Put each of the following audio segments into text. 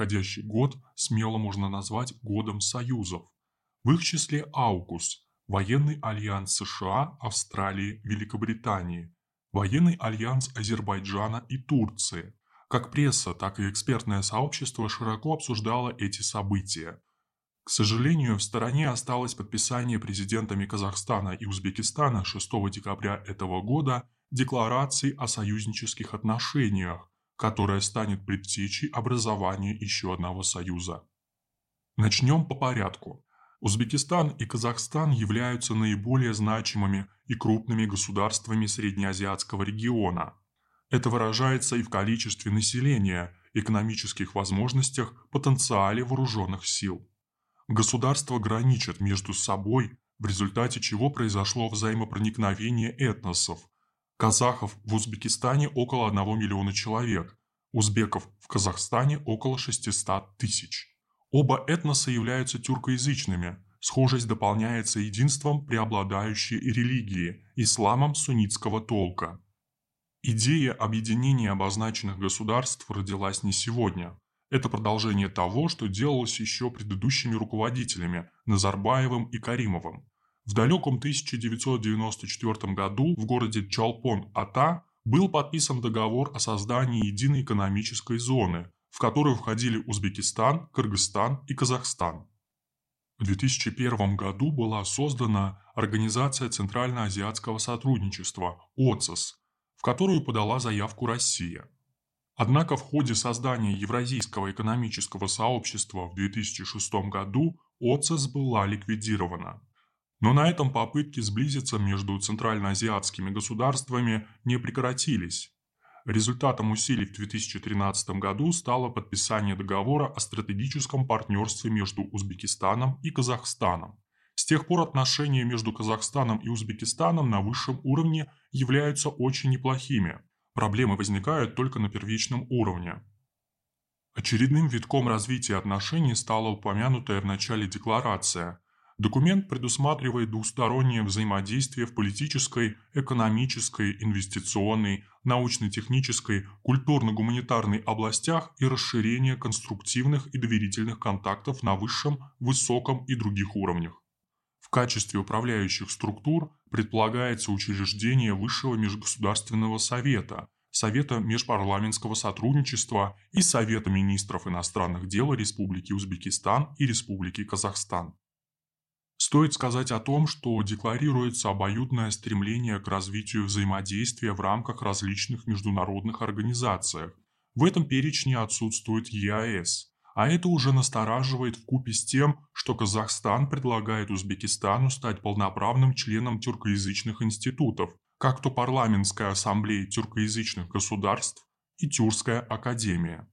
подходящий год смело можно назвать годом союзов. В их числе AUKUS – военный альянс США, Австралии, Великобритании, военный альянс Азербайджана и Турции. Как пресса, так и экспертное сообщество широко обсуждало эти события. К сожалению, в стороне осталось подписание президентами Казахстана и Узбекистана 6 декабря этого года декларации о союзнических отношениях, которая станет предтечей образования еще одного союза. Начнем по порядку. Узбекистан и Казахстан являются наиболее значимыми и крупными государствами среднеазиатского региона. Это выражается и в количестве населения, экономических возможностях, потенциале вооруженных сил. Государства граничат между собой, в результате чего произошло взаимопроникновение этносов. Казахов в Узбекистане около 1 миллиона человек, узбеков в Казахстане около 600 тысяч. Оба этноса являются тюркоязычными, схожесть дополняется единством преобладающей религии – исламом суннитского толка. Идея объединения обозначенных государств родилась не сегодня. Это продолжение того, что делалось еще предыдущими руководителями Назарбаевым и Каримовым. В далеком 1994 году в городе Чолпон-Ата был подписан договор о создании единой экономической зоны, в которую входили Узбекистан, Кыргызстан и Казахстан. В 2001 году была создана Организация Центральноазиатского сотрудничества ОЦИС, в которую подала заявку Россия. Однако в ходе создания Евразийского экономического сообщества в 2006 году ОЦИС была ликвидирована. Но на этом попытки сблизиться между центральноазиатскими государствами не прекратились. Результатом усилий в 2013 году стало подписание договора о стратегическом партнерстве между Узбекистаном и Казахстаном. С тех пор отношения между Казахстаном и Узбекистаном на высшем уровне являются очень неплохими. Проблемы возникают только на первичном уровне. Очередным витком развития отношений стала упомянутая в начале декларация. Документ предусматривает двустороннее взаимодействие в политической, экономической, инвестиционной, научно-технической, культурно-гуманитарной областях и расширение конструктивных и доверительных контактов на высшем, высоком и других уровнях. В качестве управляющих структур предполагается учреждение Высшего межгосударственного совета, Совета межпарламентского сотрудничества и Совета министров иностранных дел Республики Узбекистан и Республики Казахстан. Стоит сказать о том, что декларируется обоюдное стремление к развитию взаимодействия в рамках различных международных организаций. В этом перечне отсутствует ЕАЭС. А это уже настораживает вкупе с тем, что Казахстан предлагает Узбекистану стать полноправным членом тюркоязычных институтов, как то Парламентская ассамблея тюркоязычных государств и Тюркская академия.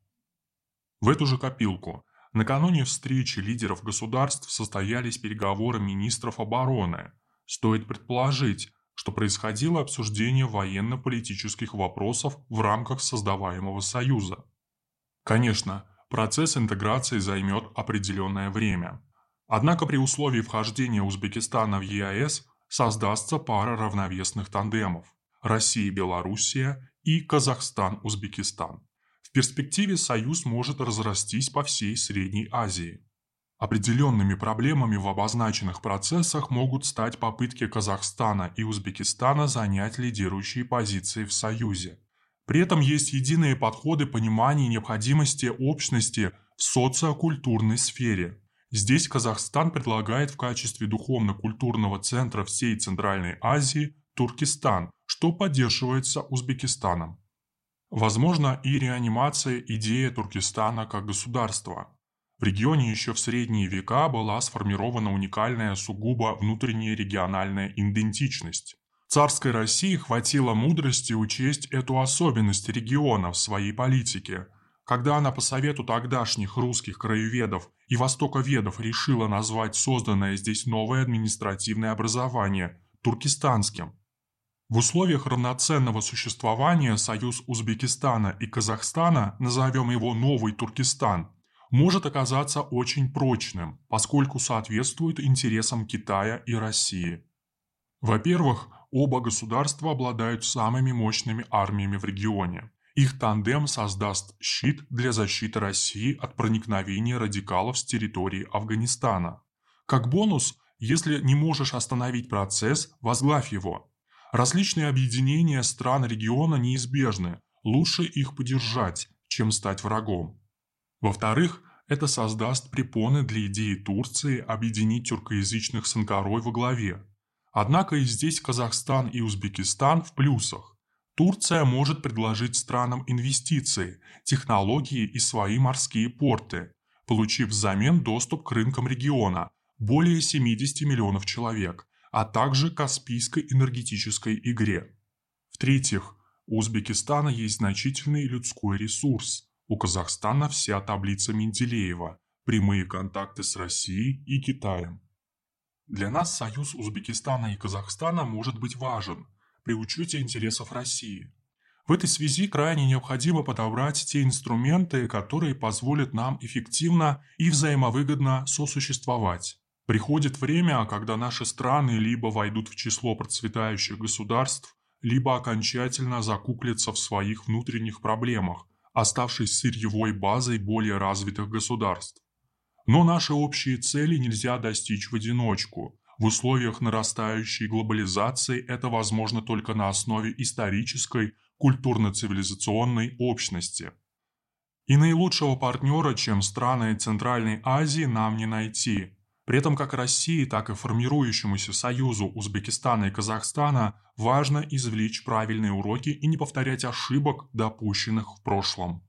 В эту же копилку накануне встречи лидеров государств состоялись переговоры министров обороны. Стоит предположить, что происходило обсуждение военно-политических вопросов в рамках создаваемого союза. Конечно, процесс интеграции займет определенное время. Однако при условии вхождения Узбекистана в ЕАЭС создастся пара равновесных тандемов – Россия-Белоруссия и Казахстан-Узбекистан. В перспективе союз может разрастись по всей Средней Азии. Определенными проблемами в обозначенных процессах могут стать попытки Казахстана и Узбекистана занять лидирующие позиции в союзе. При этом есть единые подходы понимания необходимости общности в социокультурной сфере. Здесь Казахстан предлагает в качестве духовно-культурного центра всей Центральной Азии Туркестан, что поддерживается Узбекистаном. Возможно и реанимация идеи Туркестана как государства. В регионе еще в средние века была сформирована уникальная сугубо внутренняя региональная идентичность. Царской России хватило мудрости учесть эту особенность региона в своей политике, когда она по совету тогдашних русских краеведов и востоковедов решила назвать созданное здесь новое административное образование туркестанским. В условиях равноценного существования союз Узбекистана и Казахстана, назовем его Новый Туркестан, может оказаться очень прочным, поскольку соответствует интересам Китая и России. Во-первых, оба государства обладают самыми мощными армиями в регионе. Их тандем создаст щит для защиты России от проникновения радикалов с территории Афганистана. Как бонус, если не можешь остановить процесс, возглавь его. Различные объединения стран региона неизбежны, лучше их поддержать, чем стать врагом. Во-вторых, это создаст препоны для идеи Турции объединить тюркоязычных с Анкарой во главе. Однако и здесь Казахстан и Узбекистан в плюсах. Турция может предложить странам инвестиции, технологии и свои морские порты, получив взамен доступ к рынкам региона, более 70 миллионов человек, а также Каспийской энергетической игре. В-третьих, у Узбекистана есть значительный людской ресурс. У Казахстана вся таблица Менделеева, прямые контакты с Россией и Китаем. Для нас союз Узбекистана и Казахстана может быть важен при учете интересов России. В этой связи крайне необходимо подобрать те инструменты, которые позволят нам эффективно и взаимовыгодно сосуществовать. Приходит время, когда наши страны либо войдут в число процветающих государств, либо окончательно закуклятся в своих внутренних проблемах, оставшись сырьевой базой более развитых государств. Но наши общие цели нельзя достичь в одиночку. В условиях нарастающей глобализации это возможно только на основе исторической, культурно-цивилизационной общности. И наилучшего партнера, чем страны Центральной Азии, нам не найти. При этом как России, так и формирующемуся союзу Узбекистана и Казахстана важно извлечь правильные уроки и не повторять ошибок, допущенных в прошлом.